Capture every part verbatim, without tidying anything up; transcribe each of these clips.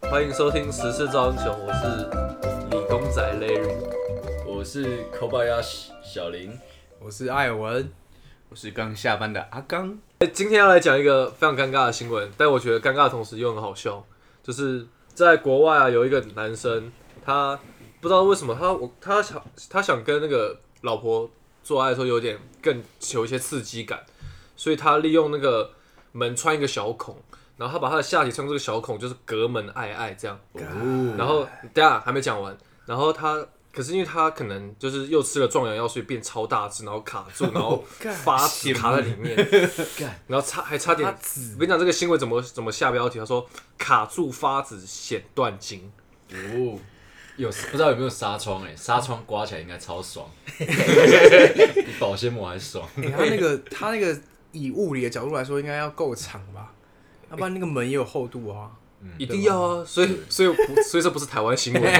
欢迎收听时事造英雄，我是理工仔 Larry， 我是 Kobayashi 小林， 我是艾文， 我是刚下班的阿刚。 今天要来讲一个非常尴尬的新闻，但我觉得尴尬的同时又很好笑，就是在国外啊，有一个男生，他不知道为什么他我他想他想跟那个老婆做爱的时候有点更有一些刺激感，所以他利用那个门穿一个小孔。然后他把他的下体穿过这个小孔，就是隔门爱爱这样。哦、然后等一下还没讲完，然后他可是因为他可能就是又吃了壮阳药，所以变超大只，然后卡住，然后发紫卡在里面，然后差还差点。我跟你讲这个新闻怎么怎么下标题，他说卡住发紫显断经。 哦，有不知道有没有纱窗哎、欸？纱窗刮起来应该超爽，比保鲜膜还爽。 欸、他那个他那个以物理的角度来说，应该要够长吧？要不然那个门也有厚度啊， 嗯、一定要啊！所以所以所以这不是台湾新闻。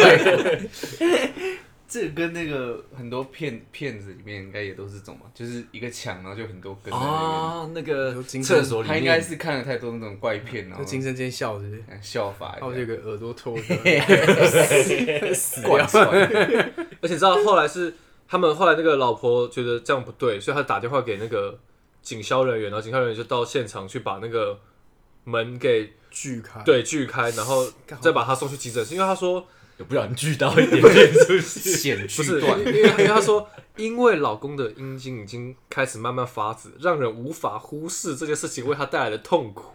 这个跟那个很多片片子里面应该也都是这种嘛，就是一个墙，然后就很多根在那边。 哦，那个厕所里面， 他应该是看了太多那种怪片，然后就惊声尖笑，是不是？ 笑法， 然后这个耳朵脱的， 死掉。 而且知道后来是他们后来那个老婆觉得这样不对，所以他打电话给那个警消人员，然后警消人员就到现场去把那个门给锯开， 对，锯开，然后再把他送去急诊室，因为他说有不小心锯到一点点，是不是？ 险锯断，因为因为他说，因为老公的阴茎已经开始慢慢发紫，让人无法忽视这件事情为他带来的痛苦。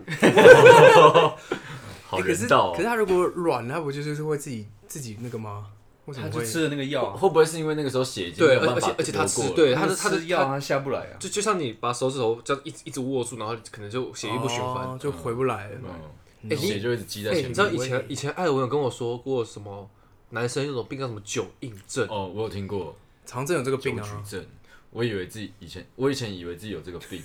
好人道、 欸可。可是他如果软，他不就是会自己自己那个吗？为什么他就吃了那个药、啊， 会不会是因为那个时候血已经对， 而且而且他吃，对，他的他的药他下不来啊， 就就像你把手指头这样一直一直握住，然后可能就血液不循环、 哦，就回不来了。 嗯，欸、血就一直积在前面。 欸、你知道以前以前艾文有跟我说过什么男生有种病叫什么酒印症？ 哦，我有听过， 常真有这个病啊。 酒局症，我以为自己以前我以前以为自己有这个病，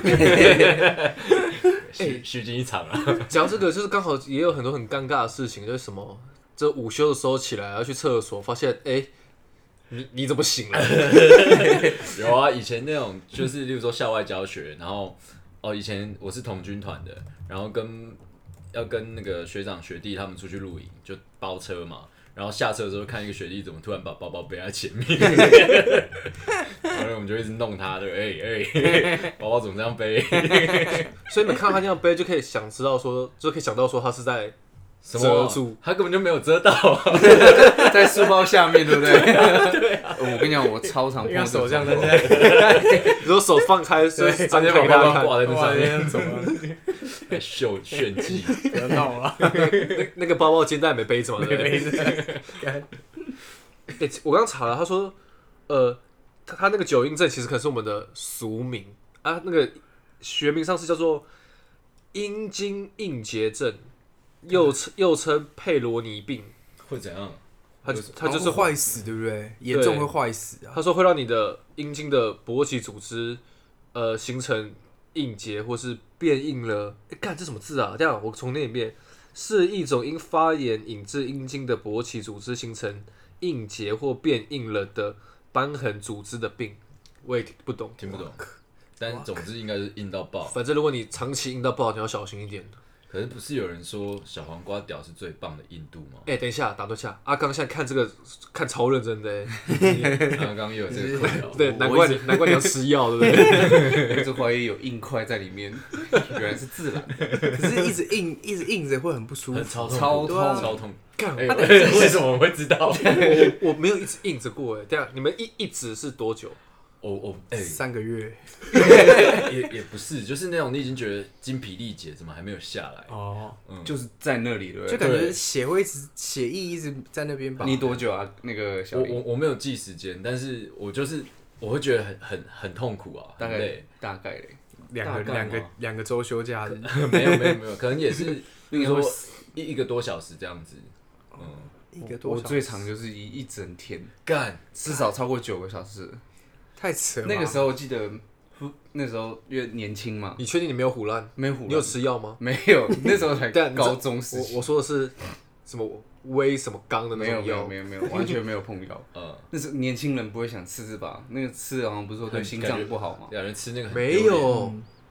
虚虚惊一场啊。 讲这个就是刚好也有很多很尴尬的事情，就是什么。这午休的时候起来要去厕所，发现哎、欸，你你怎么醒了？ 有啊，以前那种就是，例如说校外教学，然后哦，以前我是童军团的，然后跟要跟那个学长学弟他们出去露营，就包车嘛，然后下车的时候看一个学弟怎么突然把包包背在前面，然后我们就一直弄他，对，哎、欸、哎、欸，包包怎么这样背？ 所以你们看到他那样背，就可以想知道说，就可以想到说他是在。遮住， 他根本就没有遮到、啊， 在书包下面，对不对？ 对啊。 我跟你讲，我超常碰手这样在在，你说手放开，所以张开给大家看， 挂在那上面， 怎么来秀炫技？ 不要闹了， 那那个包包肩带没背着嘛？ 没背着。 欸、我刚查了，他说，呃，他他那个酒印症其实可能是我们的俗名啊，那个学名上是叫做阴茎硬结症。又称又称佩罗尼病， 会怎样？ 它它就是坏死，对不对？严重会坏死啊。 他说会让你的阴茎的勃起组织，呃，形成硬结或是变硬了。哎，干这什么字啊？这样我重念一遍，是一种因发炎引致阴茎的勃起组织形成硬结或变硬了的瘢痕组织的病。我也不懂， 听不懂，但总之应该是硬到爆。 反正如果你长期硬到爆，你要小心一点。 可是不是有人说小黄瓜屌是最棒的硬度吗？ 哎、欸，等一下，打断下，阿刚现在看这个看超认真的、欸， 阿刚又有这个困扰， 对，难怪你难怪你要吃药，对不对？ 我一直怀疑有硬块在里面，原来是自然的， 可是一直硬一直硬着会很不舒服， 超痛超超痛。 干、 欸，为什么我会知道？ 我我没有一直硬着过哎，对啊，你们一一直是多久？ 我我哎， 三个月也也不是，就是那种你已经觉得精疲力竭，怎么还没有下来？ 哦， 嗯，就是在那里了， 就感觉血会一直血液一直在那边吧。 你多久啊？那个小我我我没有记时间，但是我就是我会觉得很很很痛苦啊， 大概大概嘞， 两个两个两个周休假日， 没有没有没有，可能也是，比如说一一个多小时这样子，嗯， 一个多小时， 我最长就是一一整天， 干至少超过九个小时。 太扯了。 那个时候我记得，那时候因为年轻嘛。 你确定你没有唬烂？ 没唬烂。 你有吃药吗？ 没有，那时候才高中时期。 我我说的是什么威什么钢的那种药？ 没有没有没有，完全没有碰药。嗯，那是年轻人不会想吃这把，那个吃好像不是说对心脏不好嘛。 两人吃那个没有。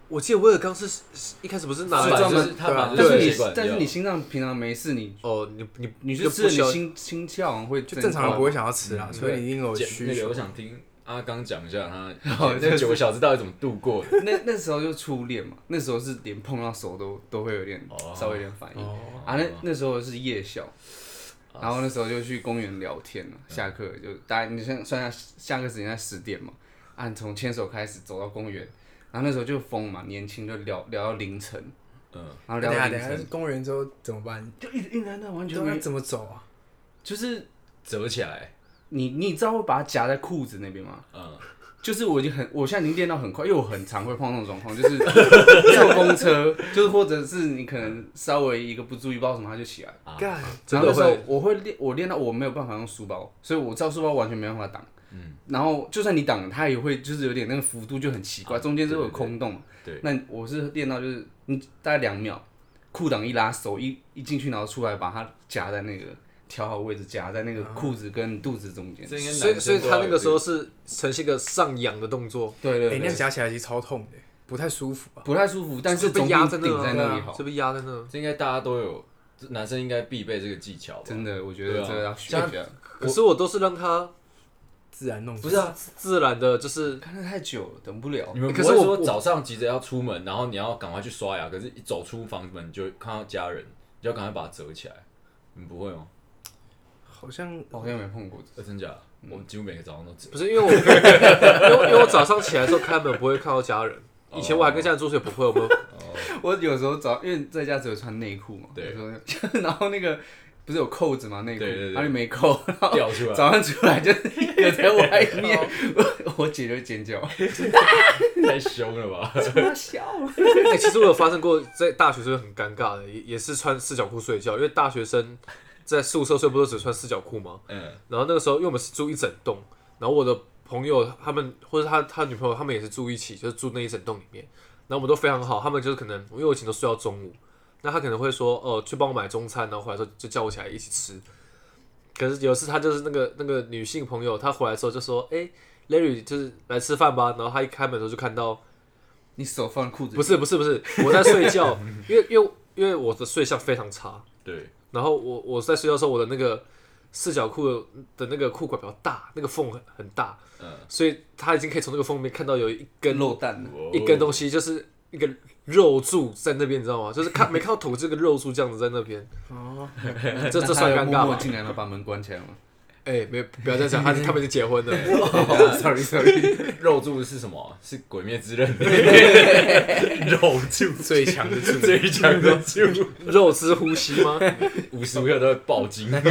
我记得威尔刚是一开始不是拿来是专门就是他把对但是你这个血管但是掉你心脏平常没事，你哦，你你你去吃了， 就不需要你心心跳好像会就正常人不会想要吃。 吃啦， 嗯所以你一定有那个， 需求我。想听阿刚讲一下他哦那九个小时到底怎么度过的。 那那时候就初恋嘛，那时候是连碰到手都都会有点哦稍微有点反应哦， 啊。那那时候是夜校，然后那时候就去公园聊天了，下课就大概你算算下下课时间在十点嘛，啊，你从牵手开始走到公园，然后那时候就疯嘛，年轻就聊聊到凌晨， 嗯， 然后等一下等一下， 聊到凌晨， 公园之后怎么办？ 就一一男的完全没， 对啊，怎么走啊？ 就是折起来， 你你知道会把它夹在裤子那边吗？ 嗯， 就是我已经很，我现在已经练到很快，因为我很常会碰到那种状况，就是坐公车，就是或者是你可能稍微一个不注意，不知道什么他就起来。 干， 真的然后那时候会我会练，我练到我没有办法用书包，所以我知道书包完全没办法挡。嗯，然后就算你挡了，它也会就是有点那个幅度就很奇怪， 啊中间是会有对对对空洞嘛。 对那我是练到就是你大概两秒，裤裆一拉，手一一进去，然后出来把它夹在那个调好位置，夹在那个裤子跟肚子中间。 这应该所以所以他那个时候是是呈现一个上扬的动作， 哎， 对对对， 那样夹起来其实超痛的，不太舒服啊。 不太舒服，但是是被总比顶压在那啊在那里好。 是被压在那。 这应该大家都有，男生应该必备这个技巧吧？ 真的，我觉对啊得这个要学像一下。 可是我都是让他自然弄。 不是啊， 自然的，就是看得太久了，等不了你。们可是我不会说早上急着要出门，然后你要赶快去刷牙，可是一走出房门就看到家人，你就要赶快把它折起来。你们不会吗？ 好像好像没碰过。 呃，真假的？我几乎每个早上都折。 不是因为我，因为因为我早上起来的时候开门不会看到家人。以前我还跟家人住，所以不会。我们我有时候早，因为在家只有穿内裤嘛， 对有时候然后那个不是有扣子吗？内裤， 对对对然后你没扣，然后掉出来， 早上出来就有在外面，我我姐就会尖叫， 太凶了吧？ 他笑。 哎、其实我有发生过在大学时候很尴尬的，也也是穿四角裤睡觉，因为大学生在宿舍睡不都只穿四角裤吗？ 嗯， 然后那个时候，因为我们是住一整栋，然后我的朋友他们或者他他女朋友他们也是住一起，就是住那一整栋里面，然后我们都非常好，他们就是可能因为我以前都睡到中午，那他可能会说哦、呃、去帮我买中餐，然后回来之后就叫我起来一起吃。可是有一次他就是那个那个女性朋友，她回来之后就说，哎、Larry 就是来吃饭吧，然后他一开门的时候就看到。 你手放裤子里， 不是不是不是，我在睡觉，因为因为因为我的睡相非常差， 对， 然后我我在睡觉的时候，我的那个四角裤的那个裤管比较大，那个缝很很大， 嗯， 所以他已经可以从那个缝里面看到有一根漏蛋了。 一根东西，就是一个肉柱在那边，你知道吗？就是看没看到头，这个肉柱这样子在那边， 哦， 这这算尴那他有默尬吗？ 默进来吗？把门关起来吗哎、没有不要再讲，他他们已经结婚了， ？Sorry Sorry， 肉柱是什么啊？是《鬼灭之刃》的肉柱， 最强的柱， 最强的柱， 肉之呼吸吗？ 无时无刻都会爆筋。肉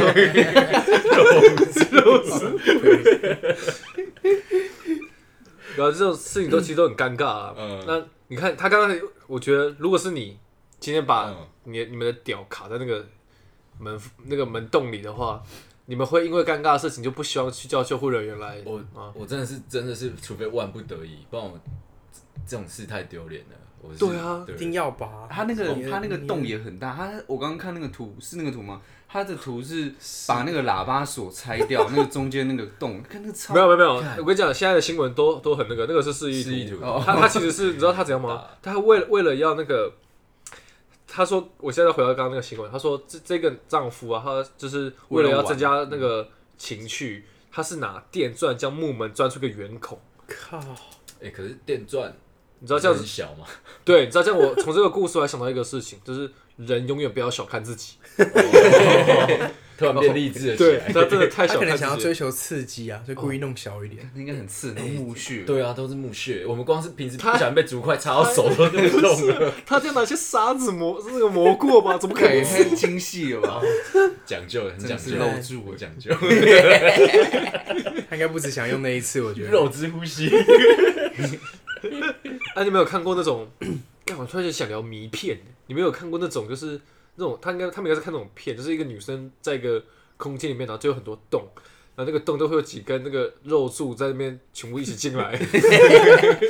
然后这种事情都其实都很尴尬啊。 嗯那你看他刚刚，我觉得如果是你今天把嗯你你们的屌卡在那个门那个门洞里的话，你们会因为尴尬的事情就不希望去叫救护人员来我吗？ 我真的是真的是，除非万不得已，不然我这种事太丢脸了。我是对啊一定要吧？ 他那个你他那个你洞也很大，他我刚刚看那个图是那个图吗？他的图是把那个喇叭锁拆掉，那个中间那个洞，看那个超没有没有没有，我跟你讲，现在的新闻都都很那个，那个是示意示意图图。他他其实是你知道他怎样吗？他为了为了要那个，他说我现在回到刚刚那个新闻，他说这这个丈夫啊，他就是为了要增加那个情趣，他是拿电钻将木门钻出个圆孔。 靠， 哎、可是电钻你知道这样子很小吗？ 对，你知道这样我从这个故事我还想到一个事情，就是人永远不要小看自己。 突然变励志了起对， 来。 他真的太他可能小看自己了。 想要追求刺激啊，就故意弄小一点。 应该很刺，那种木屑。 对啊，都是木屑。我们光是平时不小心被竹筷插到手都那么痛了。 他这样拿些沙子磨那个磨过吧？怎么可对， 能？ 太精细了吧？ 讲究，很讲究， 真的是露很讲究。 他应该不只想用那一次，我觉得。 肉之呼吸。 哎、你们有看过那种？哎，我突然就想聊迷片。你们有看过那种？就是那种他应该他们应该是看那种片，就是一个女生在一个空间里面，然后就有很多洞，然后那个洞都会有几根那个肉柱在那边全部一起进来。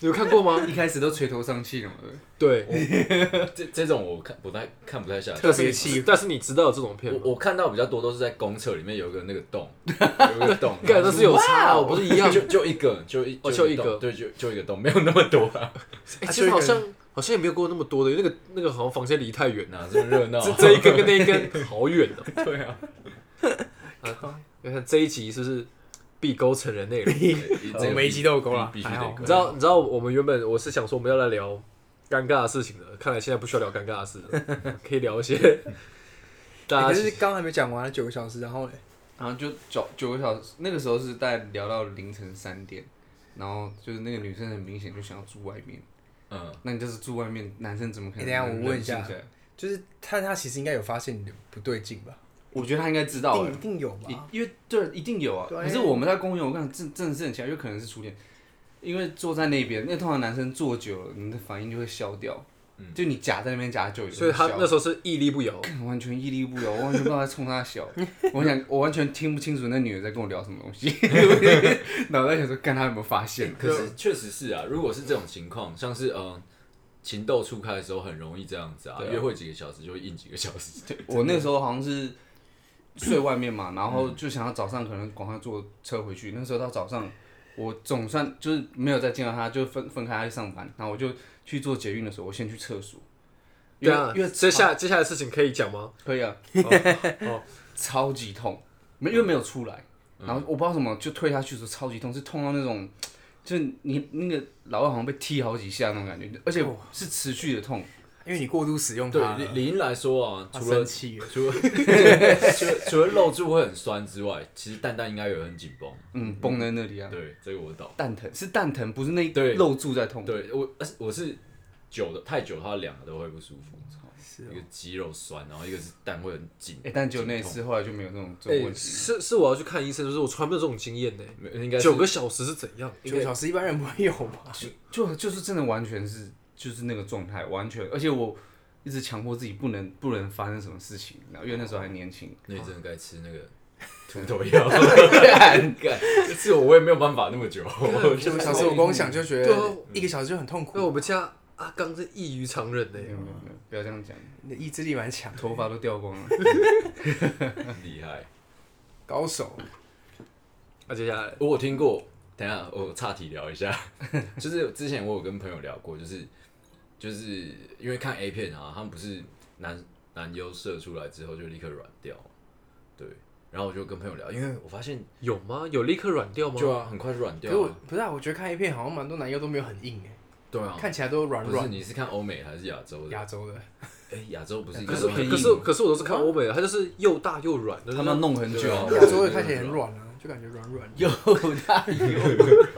你有看过吗？ 一开始都垂头丧气了嘛， 对， 这这种我看不太看不太下去。 特别气， 但是你知道有这种片吗？ 我我看到比较多都是在公厕里面有一个那个洞，有一个洞， 干，那是有差哦，不是一样。 就就一个，就一哦就一个洞对，就就一个洞，没有那么多啊。 哎，其实好像好像也没有过那么多的，那个那个好像房间离太远， 哪这么热闹？ 这这一根跟那一根好远哦。 对啊， 你看这一集是不是必勾成人内容？ 我每一集都有勾啦必须还好得勾。 你知道你知道我们原本我是想说我们要来聊尴尬的事情的，看来现在不需要聊尴尬的事了，可以聊一些大家。 可是刚还没讲完九个小时，然后嘞， 然后就九九个小时，那个时候是大概聊到凌晨三点，然后就是那个女生很明显就想要住外面， 嗯， 那你就是住外面，男生怎么可能？ 欸等一下我问一下忍心起来就是他他其实应该有发现你的不对劲吧？ 我觉得他应该知道了一定一，定有吧？ 一因为对，一定有啊。 对可是我们在公园，我看真真的是很奇怪，有可能是初恋，因为坐在那边，那通常男生坐久了，你的反应就会消掉，就你夹在那边夹久， 所以他那时候是屹立不摇， 完全屹立不摇，我完全不知道在冲他笑。我想，我完全听不清楚那女的在跟我聊什么东西，脑袋想说，看他有没有发现。 可是确实是啊，如果是这种情况，像是嗯。情窦初开的时候很容易这样子啊， 对啊约会几个小时就会硬几个小时。 我那时候好像是睡外面嘛，然后就想要早上可能赶快坐车回去。那时候到早上，我总算就是没有再见到他，就分分开他去上班，然后我就去做捷运的时候，我先去厕所。因对啊， 为因为接下接下来的事情可以讲吗？ 可以啊， 哦， 超级痛，没因为没有出来，然后我不知道什么就推下去的时候超级痛，是痛到那种。就是你那个老二好像被踢好几下那种感觉，而且是持续的痛， 因为你过度使用它对了， 理理应来说啊， 他除了生气了， 除了除了除了肉柱会很酸之外，其实蛋蛋应该有很紧绷。 嗯，绷在那里啊。 对，这个我懂。 蛋疼是蛋疼，不是那对肉柱在痛。 对我我是久的太久，它两个都会不舒服。 是一个肌肉酸，然后一个是蛋会很紧。 哎，但只有那一次，后来就没有那种这哎种问，题。 是是我要去看医生，就是我从来没有这种经验呢。 应该是九个小时是怎样？ 九个小时一般人不会有吧？ 就就是真的完全是就是那个状态，完全，而且我一直强迫自己不能不能发生什么事情，然后因为那时候还年轻。 那你真的该吃那个秃头药。干干，这次我也没有办法那么久。 九个小时我光想就觉对啊得一个小时就很痛因为苦。 我们家阿刚是异于常人呢没。有没有没有，不要这样讲， 你的意志力蛮强， 头发都掉光了。 厉害。 高手。 那接下来我有听过，等一下我岔题聊一下，就是之前我有跟朋友聊过，就是就是因为看 A 片啊，他们不是男男优射出来之后就立刻软掉，对，然后我就跟朋友聊，因为我发现有吗？有立刻软掉吗？ 就啊，很快就软可是我掉了， 不是啊，我觉得看 A 片好像蛮多男优都没有很硬哎， 对啊， 看起来都软不是软。 你是看欧美还是亚洲的？ 亚洲的， 哎，亚洲不是应该可是都偏硬可是可是我都是看欧美的，它就是又大又软， 他们要弄很久对啊亚洲的看起来很软啊，就感觉软软的。 又大又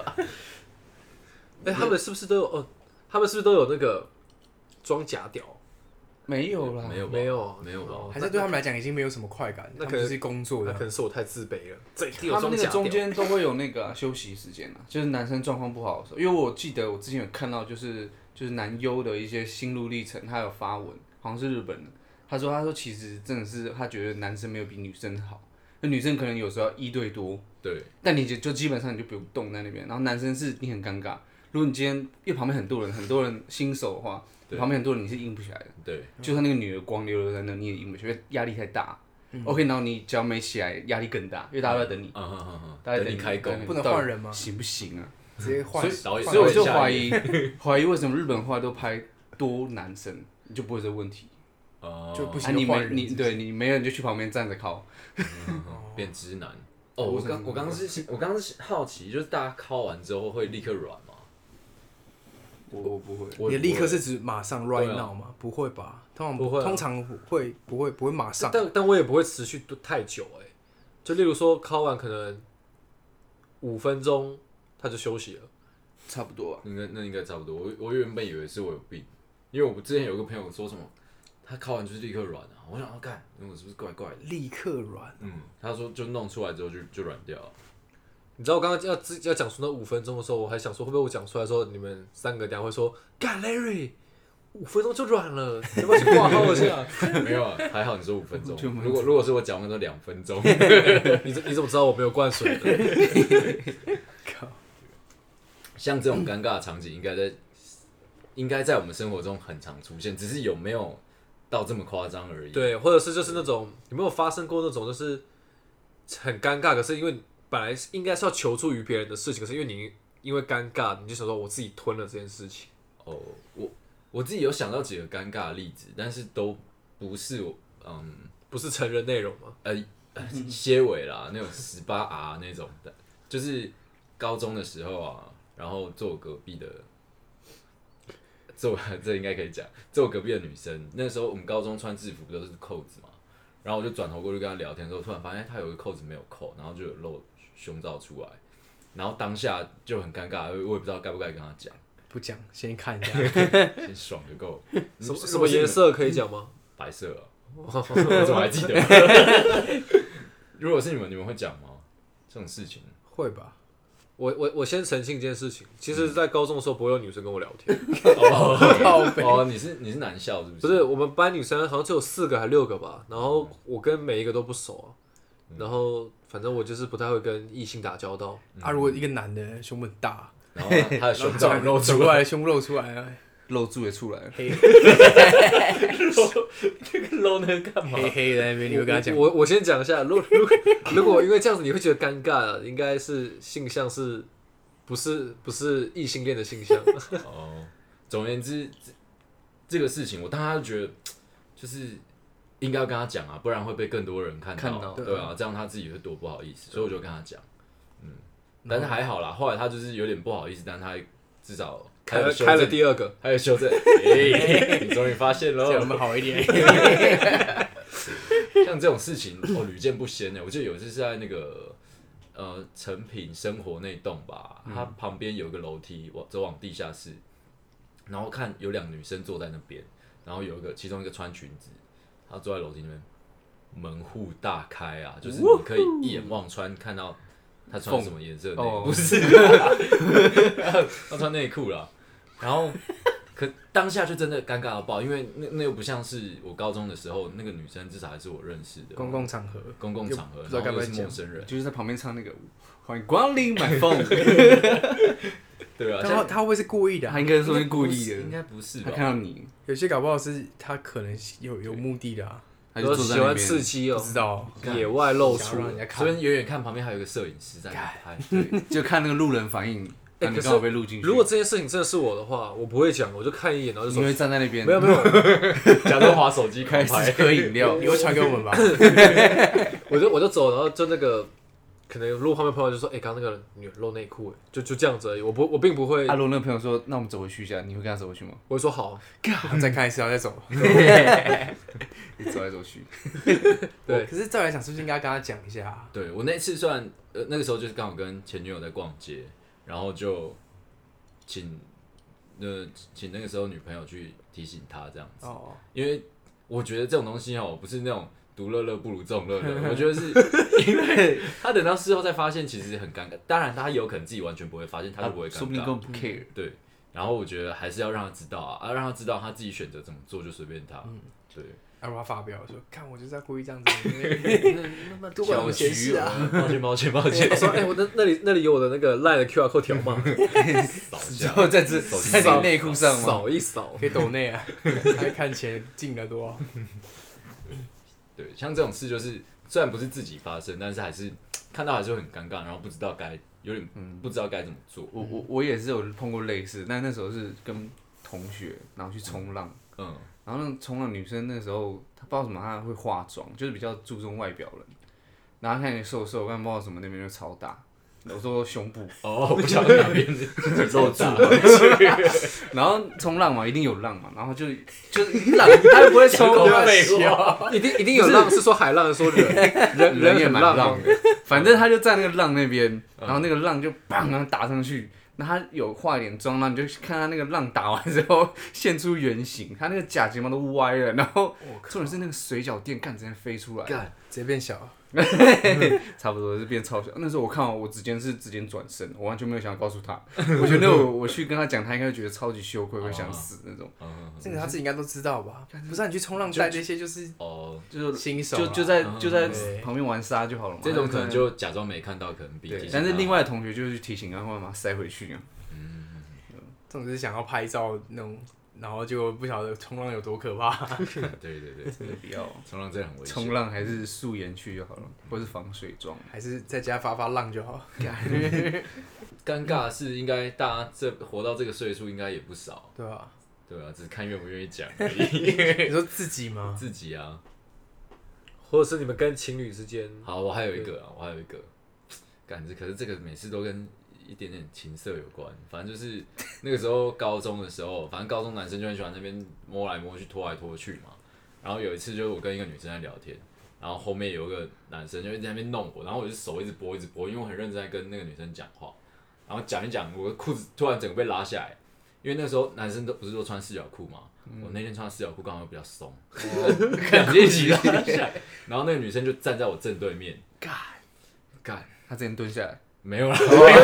哎，他们是不是都有？哦，他们是不是都有那个装假屌？ 没有啦， 没有吧没有没有吧？ 还是对他们来讲已经没有什么快感， 那可能他们就是工作的那可。能是我太自卑了。这一定有他们那个装假屌。 中间都会有那个、啊、休息时间啊，就是男生状况不好的时候，因为我记得我之前有看到，就是就是男优的一些心路历程，他有发文，好像是日本的，他说他说其实真的是他觉得男生没有比女生好，那女生可能有时候要一对多， 对， 但你就就基本上你就不用动在那边，然后男生是你很尴尬，如果你今天因为旁边很多人，很多人新手的话， 对旁边很多人你是硬不起来的。 对， 就算那个女的光溜溜在那，你也赢不起，因为压力太大。OK，然后你只要没起来，压力更大，因为大家都在等你， 嗯哼哼哼， 大家在等你开工等，你不能换人吗行不行啊？ 直接换所以导演所以我就下怀疑，怀疑为什么日本话都拍多男生，就不会有这个问题。 哦就不啊，你没行就换人。 你对你没人就去旁边站着靠。 变直男。哦，我刚我刚刚是我刚刚是好奇，就是大家敲完之后会立刻软吗？ 我我不会， 我你立刻是指马上 right 对啊 now 吗？不会吧？通常不会啊通常会不会不会马上。 但但我也不会持续太久哎、就例如说考完可能五分钟他就休息了。 差不多啊。 应该那应该差不多。我我原本以为是我有病，因为我之前有个朋友说什么，他敲完就是立刻软啊，我想要干，那我是不是怪怪的？ 立刻软， 嗯，他说就弄出来之后就就软掉了。 你知道我刚刚要要讲出那五分钟的时候，我还想说会不会我讲出来的时候，你们三个等下会说干 Larry 五分钟就软了，你要不要去挂号一下？ 没有啊，还好你说五分钟就。没有如果如果是我讲完都两分钟， 你怎你怎么知道我没有灌水的？ 靠！ 像这种尴尬的场景，应该在应该在我们生活中很常出现，只是有没有到这么夸张而已。 对，或者是就是那种有没有发生过那种就是很尴尬，可是因为本来应该是要求助于别人的事情，可是因为你因为尴尬，你就想说我自己吞了这件事情。 哦，我我自己有想到几个尴尬的例子，但是都不是我嗯不是成人内容吗？ 呃些尾啦，那种十八 R 那种的，就是高中的时候啊，然后坐我隔壁的。坐这应该可以讲，坐我隔壁的女生，那时候我们高中穿制服不都是扣子嘛，然后我就转头过去跟她聊天的时候，突然发现她有一个扣子没有扣，然后就有露胸罩出来，然后当下就很尴尬，我也不知道该不该跟她讲， 不讲，先看一下。 先爽就够。 什么什么颜色可以讲吗？ 白色啊，我怎么还记得？如果是你们，你们会讲吗？这种事情会吧？ 我我我先澄清一件事情，其实，在高中的时候不会有女生跟我聊天。 哦，哦，你是你是男校是不是？ 不是，我们班女生好像只有四个还六个吧，然后我跟每一个都不熟啊，然后反正我就是不太会跟异性打交道。 啊，如果一个男的胸部很大， 然后他他的胸罩露走出来， 过来胸部露出来了， 露住也出来了， 黑这个露那个干嘛？ 黑黑的那边，你会跟他讲？ 我我先讲一下，如如如果因为这样子你会觉得尴尬啊，应该是性向是不是不是异性恋的性向？ 哦，总而言之，这这个事情我当时就觉得就是应该要跟他讲啊，不然会被更多人看到， 看到对啊，这样他自己会多不好意思，所以我就跟他讲，嗯，但是还好啦，后来他就是有点不好意思，但他至少开了开了还有修正， 第二个， 还有修正，哎，你终于发现了， 这样我们好一点。 像这种事情，哦，屡见不鲜呢。我记得有一次是在那个呃成品生活那栋吧，它旁边有一个楼梯，往走往地下室，然后看有两个女生坐在那边，然后有一个其中一个穿裙子，她坐在楼梯那边，门户大开啊，就是你可以一眼望穿看到她穿什么颜色的内裤，不是，她穿内裤啦，然后。可当下就真的尴尬到爆，因为那那又不像是我高中的时候，那个女生至少还是我认识的。 公共场合， 公共场合， 不知道该不该然后又是陌生人， 就是在旁边唱那个欢迎光临买凤， 对啊， 他他会不会是故意的啊？ 他应该是说是故意的， 应该不是吧？ 他看到你， 有些搞不好是他可能有有目的的啊， 他就坐在那喜欢刺边， 激哦， 不知道野外露出想要。让人家看。 所以远远看旁边还有一个摄影师在那拍，对， 就看那个路人反应， 欸可是那你刚好被录进去。 如果这件事情真的是我的话，我不会讲，我就看一眼，然后就说你会站在那边， 没有没有， 假装滑手机开开始喝饮料， 你会传给我们吧？ 我就我就走，然后就那个可能路旁边朋友就说，哎、欸，刚刚那个女人露内裤，哎，就就这样子而已。我不我并不会， 阿罗那个朋友说：“那我们走回去一下。”你会跟他走回去吗？ 我会说好， 再看一次，然后再走。 你走来走去， 对可是照来讲，是不是应该跟他讲一下啊？ 对我那次算呃那个时候就是刚好跟前女友在逛街，然后就请呃请那个时候女朋友去提醒他这样子， 哦， 因为我觉得这种东西哦不是那种独乐乐不如众乐乐，我觉得是因为他等到事后再发现其实很尴尬，当然他有可能自己完全不会发现，他就不会尴尬， 说不定根本不 care。 对。然后我觉得还是要让他知道啊，啊让他知道他自己选择怎么做就随便他，对。 阿罗他发表说：“看我就是在故意这样子，那么多管我闲事啊。” 抱歉抱歉抱歉我，说，哎、我那那里那里有我的那个 LINE 的 Q R code 条码， 扫一下之后在这在你内裤上吗？ 扫一扫。 可以抖内啊，还看钱进了多少？ 对，像这种事就是虽然不是自己发生，但是还是看到还是会很尴尬，然后不知道该有点不知道该怎么做。 我我我也是有碰过类似，但那时候是跟同学，然后去冲浪， 嗯， 然后那个冲浪女生那时候她不知道什么，她会化妆，就是比较注重外表人，然后看你瘦瘦，但不知道什么那边就超大。我说胸部， 哦，不晓得哪边露住，然后冲浪嘛，一定有浪嘛，然后就就是浪，他又不会冲， 废话， 一定一定有浪，是说海浪，说人人人也很浪蛮浪的，反正他就在那个浪那边，然后那个浪就砰，然后打上去，那他有化一点妆，然后你就看他那个浪打完之后现出原形，他那个假睫毛都歪了，然后重点是那个水饺店干直接飞出来， 干直接变小， 差不多是变超小。那时候我看完我直接是直接转身，我完全没有想要告诉他，我觉得我我去跟他讲，他应该会觉得超级羞愧，会想死那种。 这个他自己应该都知道吧？不是啊你去冲浪带那些就是哦， 就是新手啊， 就就在就在对旁边玩沙就好了嘛。 这种可能就假装没看到，可能比对提醒，他但是另外的同学就是去提醒，然后把它塞回去啊。 嗯这种是想要拍照那种，然后就不晓得冲浪有多可怕。 对对对， 真的不要。 冲浪真的很危险。 冲浪还是素颜去就好了，或是防水装。 还是在家发发浪就好。 尴尬是应该大家这活到这个岁数应该也不少， 对吧？ 对啊，只是看愿不愿意讲而已。 你说自己吗？ 自己啊， 或者是你们跟情侣之间， 好，我还有一个啊，我还有一个，感觉可是这个每次都跟一点点情色有关。反正就是那个时候高中的时候，反正高中男生就很喜欢那边摸来摸去、拖来拖去嘛。然后有一次就是我跟一个女生在聊天，然后后面有一个男生就一直在那边弄我，然后我就手一直拨一直拨，因为我很认真在跟那个女生讲话。然后讲一讲，我的裤子突然整个被拉下来，因为那时候男生都不是都穿四角裤嘛，嗯、我那天穿四角裤刚好比较松，两件一起拉下来，然后那个女生就站在我正对面，干干， 他之前蹲下来， 没有啦，没有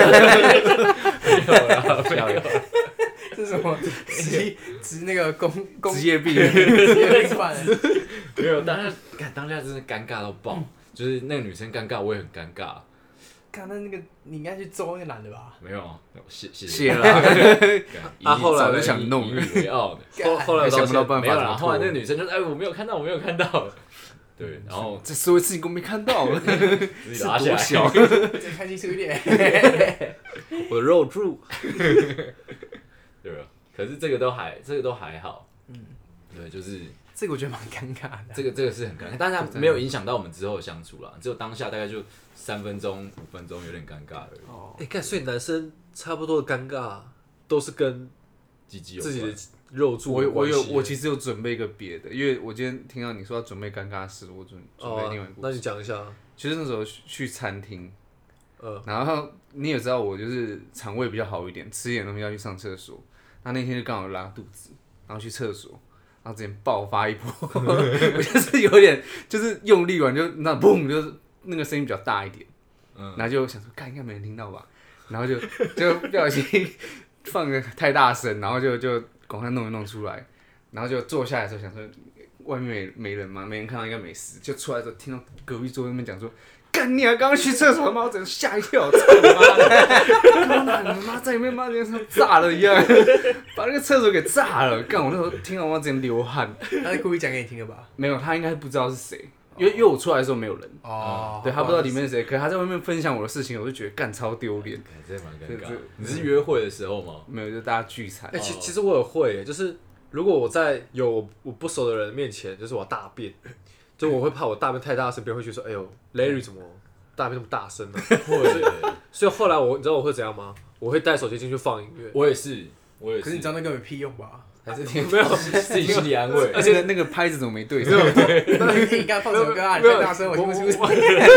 啦，没有啦， 这是什么？职职那个公公职业病， 职业病犯。 没有，当下干当下真的尴尬到爆，就是那个女生尴尬，我也很尴尬。 看那那个，你应该去揍那个男的吧？ 没有，谢谢谢了。 啊， 后来早就想弄引以为傲的， 后后来还想不到办法没有啦。 怎么脱后来那个女生就哎，我没有看到，我没有看到。对，然后这所有事情都没看到， 自己拉下来， 小， 再看清楚一点。 我的肉柱， 对吧？可是这个都还，这个都还好。嗯，对，就是这个我觉得蛮尴尬的。 这个这个是很尴尬，但是它没有影响到我们之后的相处啦，只有当下大概就三分钟、五分钟有点尴尬而已。 哦， 哎，看，所以男生差不多的尴尬都是跟鸡鸡有自己的关肉柱我我有关系我其实有准备一个别的，因为我今天听到你说要准备尴尬事，我准准备哦另外一个故那你事。 讲一下， 其实那时候去餐厅， 呃， 然后你也知道我就是肠胃比较好一点，吃一点东西要去上厕所。那那天就刚好拉肚子，然后去厕所，然后直接爆发一波，我就是有点就是用力完就那嘣，就是那个声音比较大一点，嗯，然后就想说，干应该没人听到吧，然后就就不小心放的太大声，然后就就赶快弄一弄出来，然后就坐下来的时候想说，外面没没人嘛，没人看到应该没事，就出来的时候听到隔壁桌那边讲说。干你啊！刚刚去厕所，妈，我整个吓一跳，操你妈的！他妈在里面，妈的像炸了一样，把那个厕所给炸了。干，我那时候听到我妈直接流汗。 他是故意讲给你听的吧？ 没有，他应该不知道是谁，因为因为我出来的时候没有人。 哦， 对他不知道里面是谁，可是他在外面分享我的事情，我就觉得干超丢脸。 真的蛮尴尬这这。 你是约会的时候吗？ 没有，就大家聚餐哎、。其其实我也会耶，就是如果我在有我不熟的人面前，就是我大便，就我会怕我大便太大声，别人会觉得说，哎呦，Larry 怎么大便那么大声呢、啊？ 会， 所以后来我，你知道我会怎样吗？我会带手机进去放音乐， 我也是，我也是。 可是你知道那根本没屁用吧？ 还是听， 没有， 自己心理安慰。 而且那个拍子怎么没对上？ 那你你刚放什么歌啊？你太大声，我听不清楚。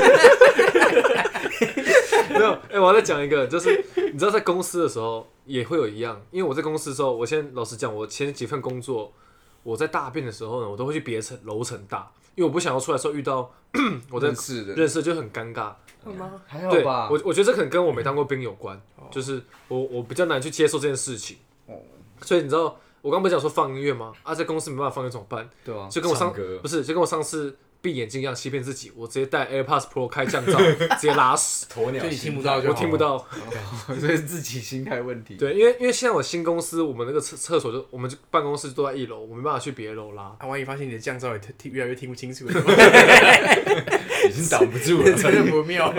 没有，哎、我要再讲一个，就是你知道在公司的时候也会有一样，因为我在公司的时候，我先老实讲，我前几份工作，我在大便的时候呢，我都会去别层楼层大，因为我不想要出来的时候遇到我在认识的认识就很尴尬。 吗？ 对， 还好吧？ 我我觉得这可能跟我没当过兵有关，就是我我比较难去接受这件事情。所以你知道我刚不是讲说放音乐吗？啊，在公司没办法放音乐怎么办？ 对啊， 就跟我上唱歌不是就跟我上次闭眼睛一样欺骗自己，我直接带 AirPods Pro 开降噪，直接拉屎， 鸵鸟就你听不到就好我听不到。 所以自己心态问题。 对，因为因为现在我新公司，我们那个厕厕所就我们就办公室都在一楼，我没办法去别楼拉。 啊，万一发现你的降噪也听越来越听不清楚， 已经挡不住了。 真的不妙。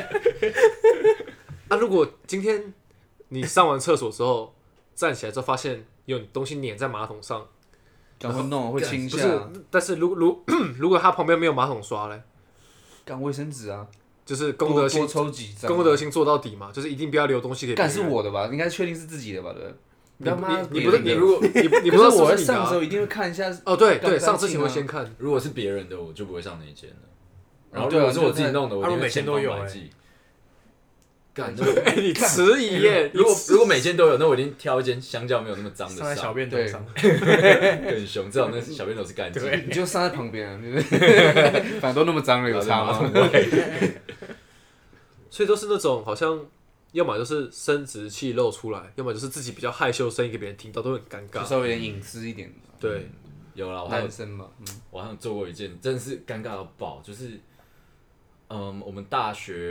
啊，如果今天你上完厕所之后站起来之后，发现有东西粘在马桶上， 赶快弄，会清一不是下。， 但是如如如果它旁边没有马桶刷嘞， 干卫生纸啊， 就是公德心多抽几张。 公德心做到底嘛，就是一定不要留东西给别干人。 是我的吧？应该确定是自己的吧？对不对？ 你不要骂你你不是别人的你如果你你不可知道是我在是不是你的啊上的时候一定会看一下。 哦，对对， 干不干上之前净啊会先看。 如果是别人的，我就不会上那一间了。然后对啊如果是我自己弄的，我一定会啊如果每间都有欸千方百计。干，那个哎，你迟疑耶！ 如果如果每间都有，那我一定挑一间相较没有那么脏的上在小上， 便斗上， 更凶，至少那小便斗是干净的。 你就上在旁边啊，就是反正都那么脏了，有差吗？ 所以都是那种好像，要么就是生殖器露出来，要么就是自己比较害羞，声音给别人听到，都很尴尬。 就稍微有点隐私一点。 对， 有啦，我还有男生嘛，嗯， 我好像做过一件，真的是尴尬到爆，就是，嗯，我们大学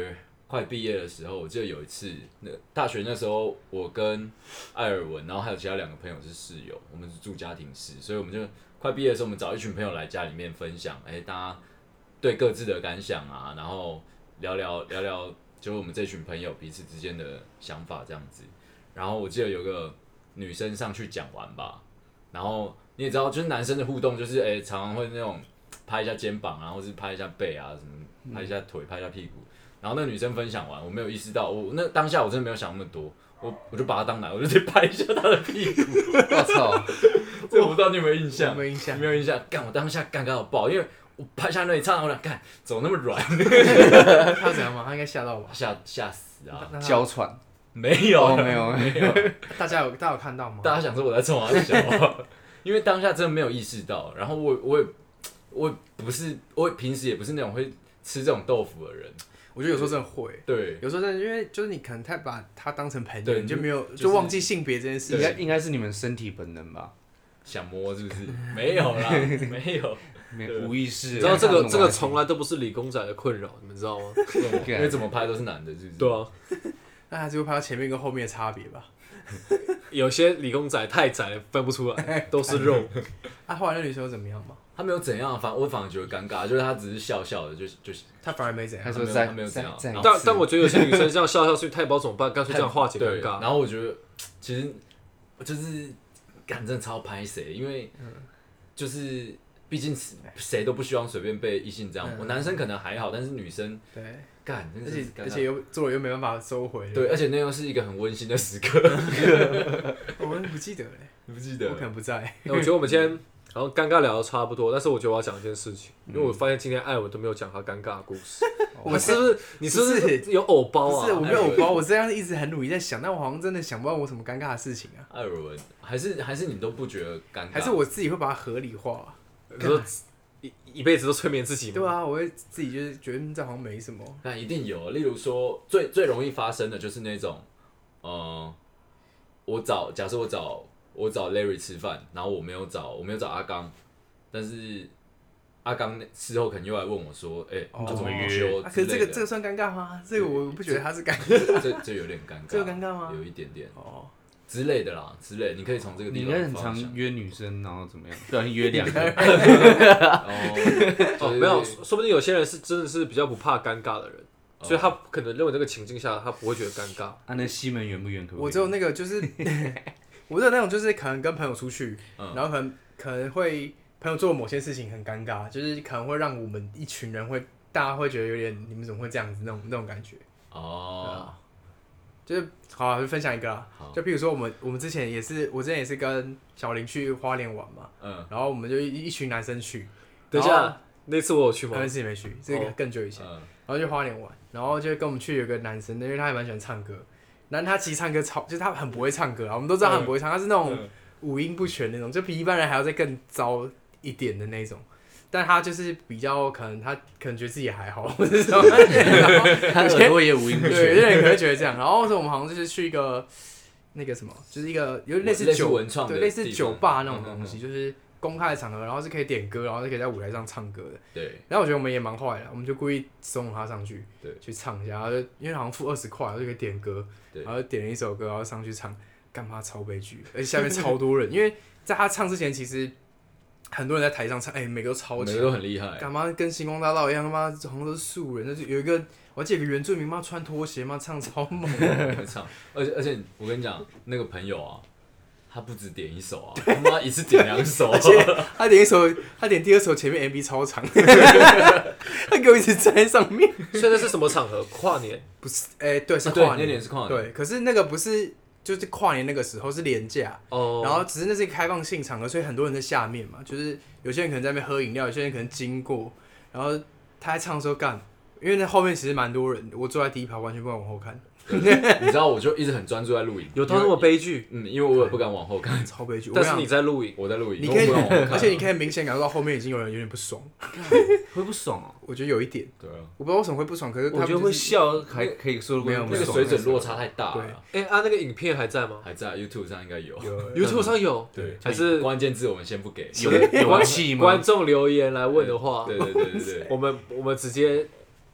快毕业的时候，我记得有一次，那大学那时候，我跟艾尔文，然后还有其他两个朋友是室友，我们是住家庭室，所以我们就快毕业的时候，我们找一群朋友来家里面分享，哎、欸，大家对各自的感想啊，然后聊聊聊聊，就是我们这群朋友彼此之间的想法这样子。然后我记得有个女生上去讲完吧，然后你也知道，就是男生的互动，就是哎、欸，常常会那种拍一下肩膀啊，或是拍一下背啊，什么拍一下腿，拍一下屁股。然后那个女生分享完，我没有意识到，我那当下我真的没有想那么多，我我就把她当男，我就直接拍一下她的屁股。 我操！ 这我不知道你有没有印象？ 没有印象， 没有印象。干，我当下尴尬到爆，因为我拍下那一刹那，我想，干，怎么那么软？ 他怎样嘛？他应该吓到吧？ 吓吓死啊！ 娇喘。 没有、 哦，没有， 没有。 大家有大家有看到吗？ 大家想说我在冲他笑，因为当下真的没有意识到，然后我我也我也不是，我平时也不是那种会吃这种豆腐的人。 我觉得有时候真的会， 对， 有时候真的，因为就是你可能太把他当成朋友， 对你就没有、 就是、 就忘记性别这件事情。 应该应该是你们身体本能吧？ 想摸是不是？没有啦，没有， 没有无意识。 你知道这个这个从来都不是理工仔的困扰，你们知道吗？ 因为怎么拍都是男的，是不是？ 对啊， 那还是会拍到前面跟后面的差别吧。 有些理工仔太窄了，分不出来，都是肉。 啊，后来那女生又怎么样嘛？ 他没有怎样，反我反而觉得尴尬，就是他只是笑笑的，就就他反而没怎样。 他说在他没有怎样， 在但但我觉得有些女生这样笑笑去，她也不知道怎么办，干脆这样化解尴尬。 然后我觉得其实就是干真的超拍谁，因为就是毕竟谁都不希望随便被异性这样。我男生可能还好，但是女生对干， 而且而且又做了又没办法收回。 对，而且那又是一个很温馨的时刻。 我们不记得嘞， 你不记得？ 我可能不在。 我觉得我们今天然后尴尬聊的差不多，但是我觉得我要讲一件事情，因为我发现今天艾文都没有讲他尴尬的故事。我是不是你是不是有偶包啊？ 不是，我没有偶包，我这样一直很努力在想，但我好像真的想不到我什么尴尬的事情啊。 艾尔文，还是还是你都不觉得尴尬？ 还是我自己会把它合理化、啊？ 你说一一辈子都催眠自己吗？ 对啊，我会自己就是觉得这好像没什么。 那一定有，例如说最最容易发生的就是那种，呃，我找假设我找我找 Larry 吃饭，然后我没有找我没有找阿刚，但是阿刚事后可能又来问我说，哎、欸，要、哦、怎么约、 啊？可是这个这个算尴尬吗？这个我不觉得他是尴尬， 这这有点尴尬， 这个尴尬吗？ 有一点点哦。 之类的啦，之类，你可以从这个地方。 你应该很常约女生，然后怎么样？不小心约两个。 哦，哦，没有，说不定有些人是真的是比较不怕尴尬的人，哦、所以他可能认为这个情境下他不会觉得尴尬。 啊，那西门远不远？可不可以？ 我只有那个就是，我只有那种就是可能跟朋友出去，嗯、然后可能可能会朋友做某些事情很尴尬，就是可能会让我们一群人会大家会觉得有点你们怎么会这样子那种那种感觉。 哦。 就是好啊，就分享一个啦。就譬如说我们我们之前也是，我之前也是跟小林去花莲玩嘛，嗯，然后我们就一一群男生去。 等一下，那次我有去吗？ 那次没去，这个更久以前。哦、然后去花莲玩，然后就跟我们去有个男生，因为他还蛮喜欢唱歌，但他其实唱歌超，就是他很不会唱歌啊，我们都知道他很不会唱，他是那种五音不全那种，就比一般人还要再更糟一点的那种。但他就是比较可能，他可能觉得自己也还好，或者什么， 他耳朵也五音不全， 对，有些人可能觉得这样。然后说我们好像就是去一个那个什么，就是一个有类似酒，对，类似酒吧那种东西，就是公开的场合，然后是可以点歌，然后是可以在舞台上唱歌的。 对。 然后我觉得我们也蛮坏的，我们就故意怂他上去，对，去唱一下，然后就因为好像付二十块，就可以点歌，然后点了一首歌，然后上去唱，干嘛超悲剧，而且下面超多人，因为在他唱之前其实。很多人在台上唱，哎、欸，每个都超强， 每个都很厉害。 干嘛跟星光大道一样？他妈好像都是素人。但是有一个，我记得有个原住民妈穿拖鞋嘛，唱超猛。 唱，而且而且我跟你讲，那个朋友啊，他不止点一首啊，他妈一次点两首、啊。 而且他点一首，他点第二首前面 M V 超长，他给我一直站在上面。 所以那是什么场合？跨年？ 不是，哎、欸，对，是跨年、 啊，那年是跨年。 对，可是那个不是。就是跨年那个时候是连假， oh. 然后只是那是一个开放性场合，所以很多人在下面嘛，就是有些人可能在那边喝饮料，有些人可能经过，然后他在唱的时候干，因为那后面其实蛮多人，我坐在第一排完全不敢往后看。 你知道，我就一直很专注在录影， 有到那么悲剧？ 嗯，因为我也不敢往后看， 超悲剧。 但是你在录影， 我在录影， 你可以，而且你可以明显感受到后面已经有人有点不爽， 会不爽哦。 我觉得有一点， 对啊， 我不知道为什么会不爽，可是我觉得会笑，还可以说没有那个水准落差太大了。 哎，啊，那个影片还在吗？ 还在 YouTube 上应该有 ，YouTube 上有， 对， 还是关键字我们先不给， 有勇气吗？ 观众留言来问的话， 对对对对对， 我们我们直接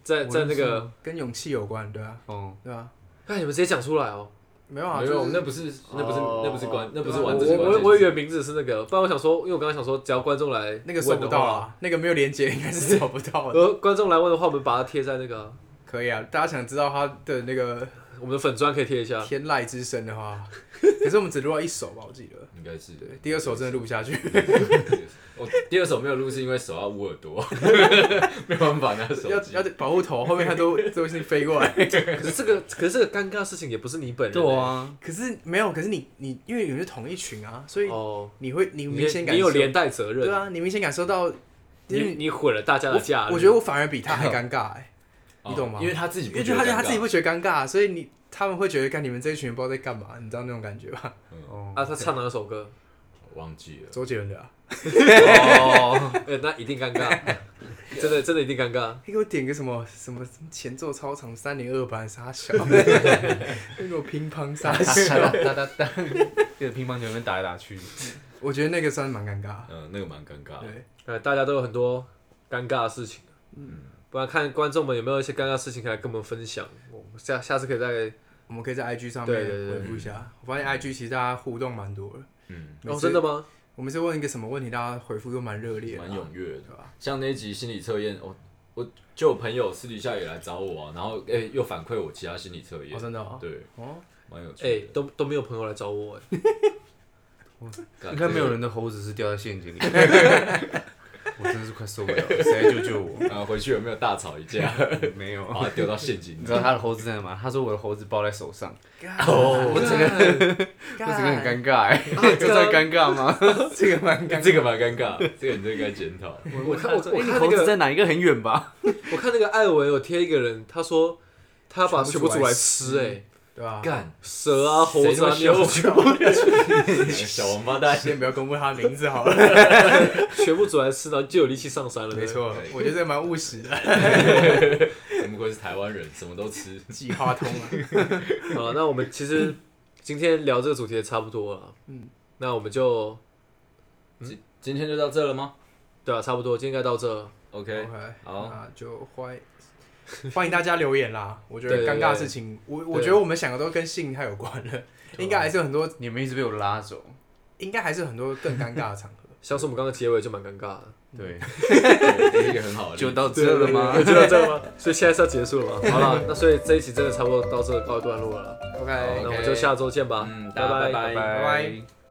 在在那个跟勇气有关，对啊， 哦， 对啊， 看你们直接讲出来哦。 没有啊， 没有， 就是那不是那不是那不是关那不是我玩，这是我关键字我我以为名字是那个，不然我想说，因为我刚刚想说，只要观众来那个搜不到啊，那个没有连接，应该是找不到的。 呃，观众来问的话，我们把它贴在那个啊、 可以啊，大家想知道他的那个我们的粉砖可以贴一下。 天籁之声的话，可是我们只录到一首吧，我记得。 应该是对，第二首真的录不下去。 我第二首没有录是因为手要捂耳朵，没有办法拿手机。 要要保护头，后面他都都是飞过来。 可是这个，可是这个尴尬的事情也不是你本人、欸。 对啊， 可是没有，可是你你因为你们是同一群啊，所以哦， 你会你你明显感受你有连带责任。 对啊，你明显感受到， 你你毁了大家的假日。 我觉得我反而比他还尴尬哎、 哦你懂吗？ 因为他自己不因为觉得尴尬他他自己不觉得尴尬，所以你他们会觉得，干你们这一群人不知道在干嘛，你知道那种感觉吧？ 哦， 啊，他唱哪首歌？ 忘记了。 周杰伦的啊， 哦，呃，那一定尴尬，真的真的一定尴尬。 你给我点个什么什么前奏超长三零二版傻小，那个乒乓傻小， 哒哒哒，这个乒乓球里面打来打去， 我觉得那个算蛮尴尬。 嗯，那个蛮尴尬的。 对， 呃，大家都有很多尴尬的事情，嗯，不然看观众们有没有一些尴尬的事情可以来跟我们分享，我们下下次可以再我们可以在 I G 上面对对对回复一下。我发现 I G 其实大家互动蛮多的。 嗯， 哦，真的吗？ 我们是问一个什么问题，大家回复都蛮热烈的啊， 蛮踊跃的。 对吧？ 像那一集心理测验，我我就有朋友私底下也来找我啊，然后哎、又反馈我其他心理测验哦，，真的哦， 对， 哦， 蛮有趣哎、 的。 都都没有朋友来找我哎、 干你看没有人的猴子是掉在陷阱里，我真的是快受不了了，谁来救救我？ 然后回去有没有大吵一架， 没有， 把他丢到陷阱里你知？道他的猴子在哪吗？他说我的猴子抱在手上， 哦， 我整个我整个很尴尬哎，这算尴尬吗？ 这个蛮尴尬。 这个蛮尴尬，这个你真的该检讨。 我我看我我哎你看那个猴子在哪？应该很远吧？ 我看那个艾文有贴一个人，他说他把全全部煮来部煮来吃哎、 对吧？ 干， 蛇啊猴子啊谁那么牛全部小王八蛋。 先不要公布他的名字好了。 全部煮来吃，然后就有力气上山了。 没错，我觉得这个蛮务实的， 怎么会是台湾人，什么都吃？ 计划通啊。 对好了，那我们其实今天聊这个主题也差不多了。嗯，那我们就今今天就到这了吗对啊，差不多，今天应该到这了。 ？OK， OK， 好那就欢欢迎大家留言啦。我觉得对对尴尬的事情，我我觉得我们想的都跟性太有关了，应该还是有很多， 你们一直被我拉走， 应该还是有很多更尴尬的场合。 像是我们刚刚结尾就蛮尴尬的。 对， 这是一个很好的例子， 就到这了吗？ 就到这了吗？所以现在是要结束了吗？好了，那所以这一期真的差不多到这告一段落了。 OK， 那我们就下周见吧。 嗯， 拜大家拜拜拜拜拜。